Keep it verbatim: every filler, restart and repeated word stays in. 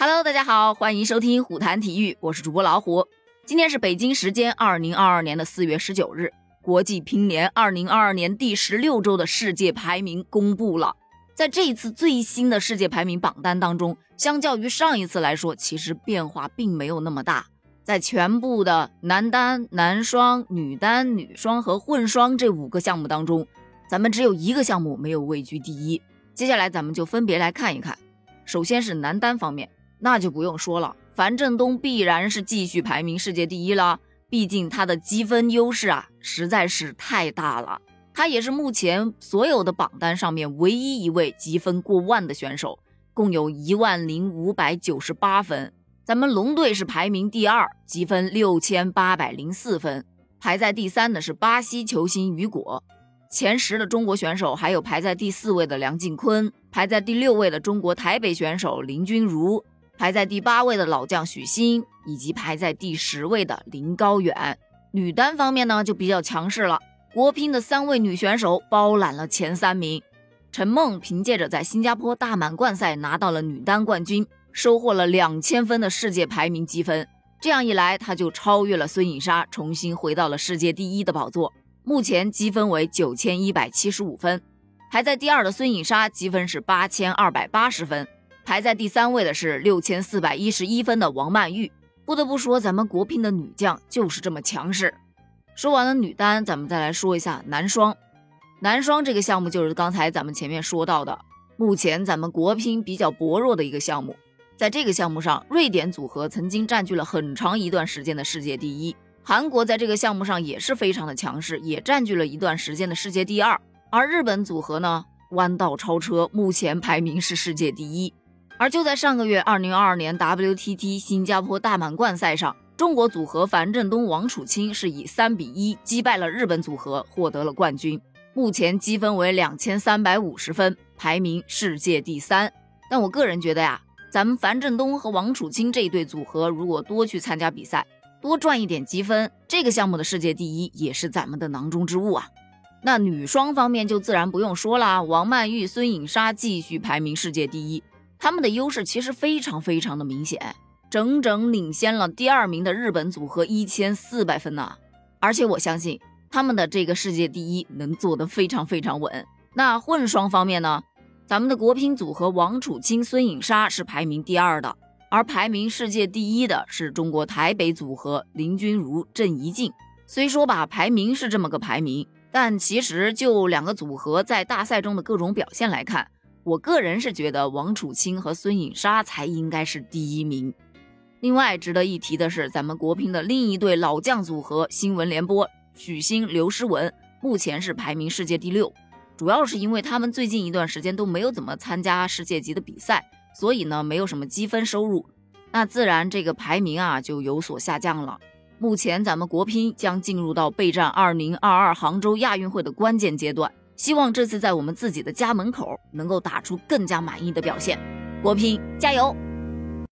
Hello， 大家好，欢迎收听虎谈体育，我是主播老虎。今天是北京时间二零二二年的四月十九日，国际乒联二零二二年第十六周的世界排名公布了。在这一次最新的世界排名榜单当中，相较于上一次来说，其实变化并没有那么大。在全部的男单、男双、女单、女双和混双这五个项目当中，咱们只有一个项目没有位居第一。接下来咱们就分别来看一看。首先是男单方面，那就不用说了，樊振东必然是继续排名世界第一了，毕竟他的积分优势啊实在是太大了。他也是目前所有的榜单上面唯一一位积分过万的选手，共有一万零五百九十八分。咱们龙队是排名第二，积分六千八百零四分。排在第三的是巴西球星雨果。前十的中国选手还有排在第四位的梁靖昆，排在第六位的中国台北选手林君如，排在第八位的老将许昕，以及排在第十位的林高远。女单方面呢就比较强势了，国乒的三位女选手包揽了前三名。陈梦凭借着在新加坡大满贯赛拿到了女单冠军，收获了两千分的世界排名积分，这样一来她就超越了孙颖莎，重新回到了世界第一的宝座，目前积分为九千一百七十五分。排在第二的孙颖莎积分是八千二百八十分，排在第三位的是六千四百一十一分的王曼玉。不得不说咱们国乒的女将就是这么强势。说完了女单，咱们再来说一下男双。男双这个项目就是刚才咱们前面说到的，目前咱们国乒比较薄弱的一个项目。在这个项目上，瑞典组合曾经占据了很长一段时间的世界第一，韩国在这个项目上也是非常的强势，也占据了一段时间的世界第二。而日本组合呢，弯道超车，目前排名是世界第一。而就在上个月二零二二年 W T T 新加坡大满贯赛上，中国组合樊振东、王楚钦是以三比一击败了日本组合，获得了冠军，目前积分为两千三百五十分，排名世界第三。但我个人觉得呀，咱们樊振东和王楚钦这一对组合如果多去参加比赛，多赚一点积分，这个项目的世界第一也是咱们的囊中之物啊。那女双方面就自然不用说啦，王曼玉、孙颖莎继续排名世界第一，他们的优势其实非常非常的明显，整整领先了第二名的日本组合一千四百分呐。而且我相信他们的这个世界第一能做得非常非常稳。那混双方面呢，咱们的国乒组合王楚钦、孙颖莎是排名第二的，而排名世界第一的是中国台北组合林君如、郑怡静。虽说吧，排名是这么个排名，但其实就两个组合在大赛中的各种表现来看，我个人是觉得王楚钦和孙颖莎才应该是第一名。另外值得一提的是，咱们国乒的另一对老将组合新闻联播许昕、刘诗雯，目前是排名世界第六，主要是因为他们最近一段时间都没有怎么参加世界级的比赛，所以呢没有什么积分收入，那自然这个排名啊就有所下降了。目前咱们国乒将进入到备战二零二二杭州亚运会的关键阶段，希望这次在我们自己的家门口能够打出更加满意的表现。国乒加油！